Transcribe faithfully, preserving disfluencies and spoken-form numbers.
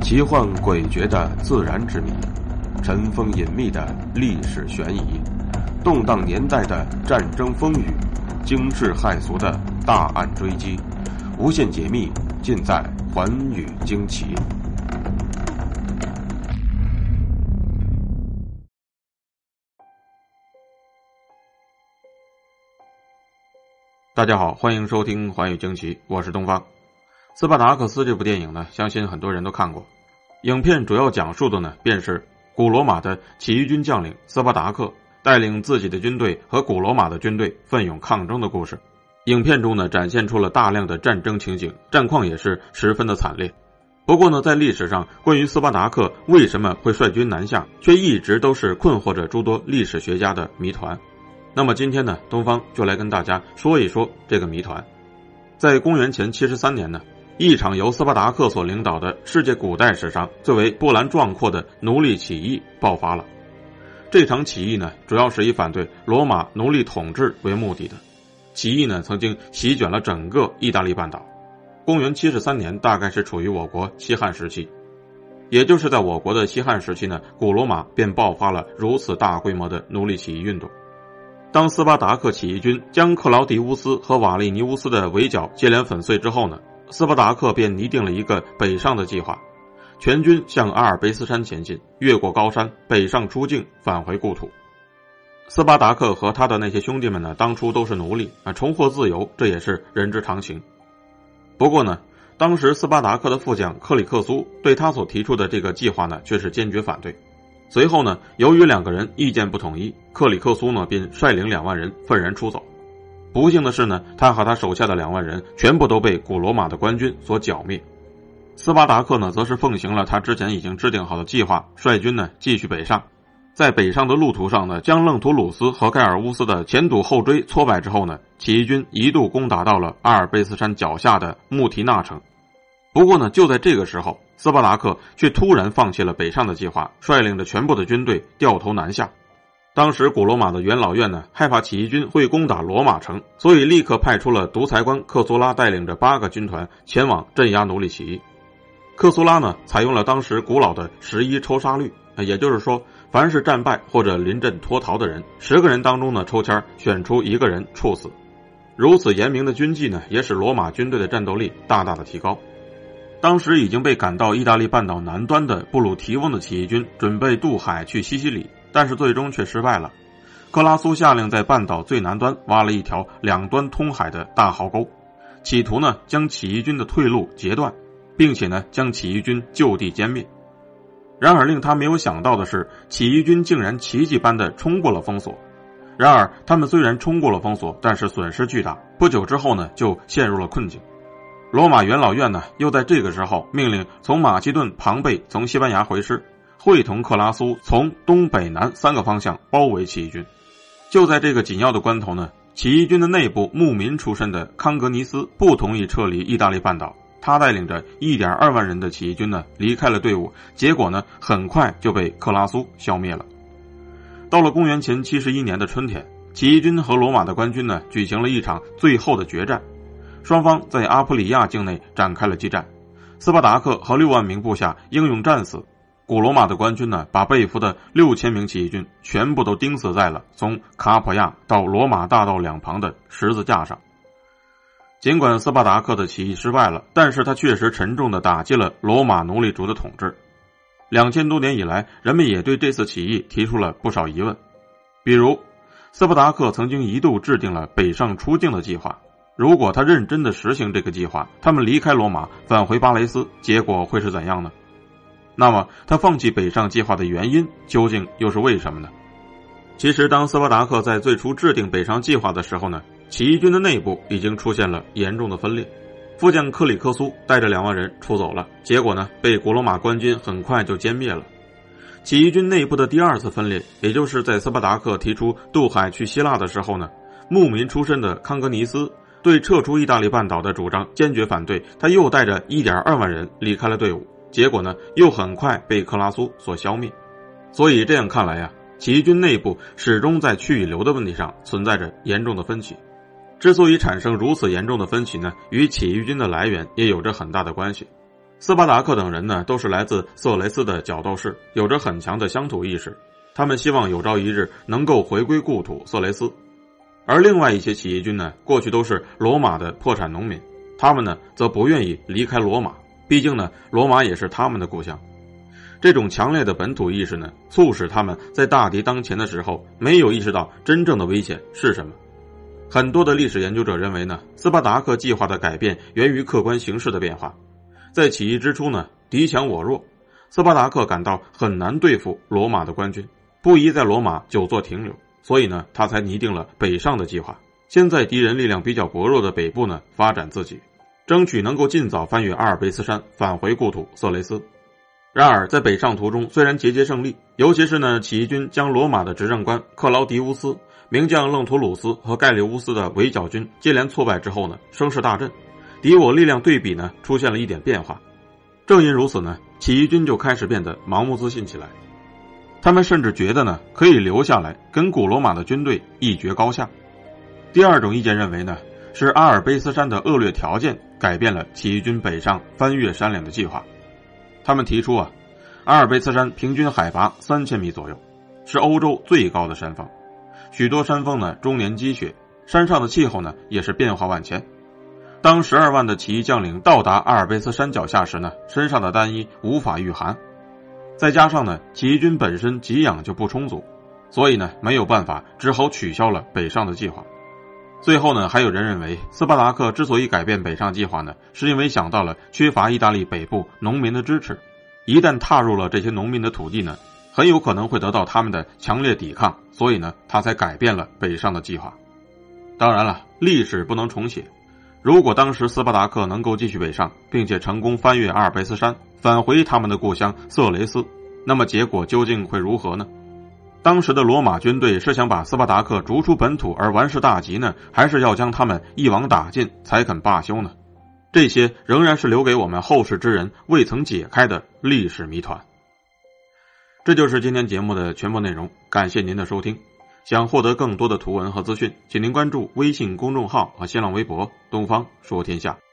奇幻诡谲的自然之谜，尘封隐秘的历史悬疑，动荡年代的战争风雨，惊世骇俗的大案追击，无限解密尽在寰宇惊奇。大家好，欢迎收听寰宇惊奇，我是东方。斯巴达克斯这部电影呢，相信很多人都看过。影片主要讲述的呢，便是古罗马的起义军将领斯巴达克带领自己的军队和古罗马的军队奋勇抗争的故事。影片中呢，展现出了大量的战争情景，战况也是十分的惨烈。不过呢，在历史上，关于斯巴达克为什么会率军南下，却一直都是困惑着诸多历史学家的谜团。那么今天呢，东方就来跟大家说一说这个谜团。在公元前七十三年呢，一场由斯巴达克所领导的世界古代史上最为波澜壮阔的奴隶起义爆发了。这场起义呢，主要是以反对罗马奴隶统治为目的的。起义呢，曾经席卷了整个意大利半岛。公元七十三年大概是处于我国西汉时期，也就是在我国的西汉时期呢，古罗马便爆发了如此大规模的奴隶起义运动。当斯巴达克起义军将克劳狄乌斯和瓦利尼乌斯的围剿接连粉碎之后呢，斯巴达克便拟定了一个北上的计划，全军向阿尔卑斯山前进，越过高山，北上出境，返回故土。斯巴达克和他的那些兄弟们呢，当初都是奴隶啊，重获自由，这也是人之常情。不过呢，当时斯巴达克的副将克里克苏对他所提出的这个计划呢，却是坚决反对。随后呢，由于两个人意见不统一，克里克苏呢便率领两万人愤然出走。不幸的是呢，他和他手下的两万人全部都被古罗马的官军所剿灭。斯巴达克呢，则是奉行了他之前已经制定好的计划，率军呢继续北上。在北上的路途上呢，将楞图鲁斯和盖尔乌斯的前堵后追挫败之后呢，起义军一度攻打到了阿尔卑斯山脚下的穆提纳城。不过呢，就在这个时候，斯巴达克却突然放弃了北上的计划，率领着全部的军队掉头南下。当时古罗马的元老院呢，害怕起义军会攻打罗马城，所以立刻派出了独裁官克苏拉带领着八个军团前往镇压奴隶起义。克苏拉呢，采用了当时古老的十一抽杀律，也就是说，凡是战败或者临阵脱逃的人，十个人当中呢，抽签选出一个人处死。如此严明的军纪呢，也使罗马军队的战斗力大大的提高。当时已经被赶到意大利半岛南端的布鲁提翁的起义军准备渡海去西西里，但是最终却失败了。克拉苏下令在半岛最南端挖了一条两端通海的大壕沟，企图呢将起义军的退路截断，并且呢将起义军就地歼灭。然而令他没有想到的是，起义军竟然奇迹般的冲过了封锁。然而他们虽然冲过了封锁，但是损失巨大，不久之后呢就陷入了困境。罗马元老院呢，又在这个时候命令从马其顿、庞贝从西班牙回师，会同克拉苏从东北南三个方向包围起义军。就在这个紧要的关头呢，起义军的内部牧民出身的康格尼斯不同意撤离意大利半岛，他带领着 一点二万人的起义军呢离开了队伍，结果呢很快就被克拉苏消灭了。到了公元前七十一年的春天，起义军和罗马的官军呢举行了一场最后的决战。双方在阿普里亚境内展开了激战，斯巴达克和六万名部下英勇战死。古罗马的官军呢，把被俘的六千名起义军全部都钉死在了从卡普亚到罗马大道两旁的十字架上。尽管斯巴达克的起义失败了，但是他确实沉重地打击了罗马奴隶主的统治。两千多年以来，人们也对这次起义提出了不少疑问，比如斯巴达克曾经一度制定了北上出境的计划。如果他认真的实行这个计划，他们离开罗马返回巴雷斯，结果会是怎样呢？那么他放弃北上计划的原因究竟又是为什么呢？其实当斯巴达克在最初制定北上计划的时候呢，起义军的内部已经出现了严重的分裂。副将克里克苏带着两万人出走了，结果呢被古罗马官军很快就歼灭了。起义军内部的第二次分裂，也就是在斯巴达克提出渡海去希腊的时候呢，牧民出身的康格尼斯对撤出意大利半岛的主张坚决反对，他又带着 一点二万人离开了队伍，结果呢又很快被克拉苏所消灭。所以这样看来呀、啊，起义军内部始终在去与留的问题上存在着严重的分歧。之所以产生如此严重的分歧呢，与起义军的来源也有着很大的关系。 斯巴达克等人呢，都是来自色雷斯的角斗士，有着很强的乡土意识，他们希望有朝一日能够回归故土色雷斯。而另外一些起义军呢，过去都是罗马的破产农民，他们呢则不愿意离开罗马，毕竟呢罗马也是他们的故乡。这种强烈的本土意识呢，促使他们在大敌当前的时候没有意识到真正的危险是什么。很多的历史研究者认为呢，斯巴达克计划的改变源于客观形势的变化。在起义之初呢，敌强我弱，斯巴达克感到很难对付罗马的官军，不宜在罗马久作停留，所以呢，他才拟定了北上的计划，先在敌人力量比较薄弱的北部呢发展自己，争取能够尽早翻越阿尔卑斯山，返回故土色雷斯。然而在北上途中虽然节节胜利，尤其是呢起义军将罗马的执政官克劳迪乌斯、名将楞图鲁斯和盖利乌斯的围剿军接连挫败之后呢，声势大振，敌我力量对比呢出现了一点变化。正因如此呢，起义军就开始变得盲目自信起来，他们甚至觉得呢可以留下来跟古罗马的军队一决高下。第二种意见认为呢，是阿尔卑斯山的恶劣条件改变了起义军北上翻越山岭的计划。他们提出啊，阿尔卑斯山平均海拔三千米左右，是欧洲最高的山峰，许多山峰呢终年积雪，山上的气候呢也是变化万千。当十二万的起义将领到达阿尔卑斯山脚下时呢，身上的单衣无法御寒，再加上呢起义军本身给养就不充足，所以呢没有办法，只好取消了北上的计划。最后呢，还有人认为斯巴达克之所以改变北上计划呢，是因为想到了缺乏意大利北部农民的支持，一旦踏入了这些农民的土地呢，很有可能会得到他们的强烈抵抗，所以呢他才改变了北上的计划。当然了，历史不能重写，如果当时斯巴达克能够继续北上，并且成功翻越阿尔卑斯山，返回他们的故乡色雷斯，那么结果究竟会如何呢？当时的罗马军队是想把斯巴达克逐出本土而完事大吉呢，还是要将他们一网打尽才肯罢休呢？这些仍然是留给我们后世之人未曾解开的历史谜团。这就是今天节目的全部内容，感谢您的收听。想获得更多的图文和资讯，请您关注微信公众号和新浪微博东方说天下。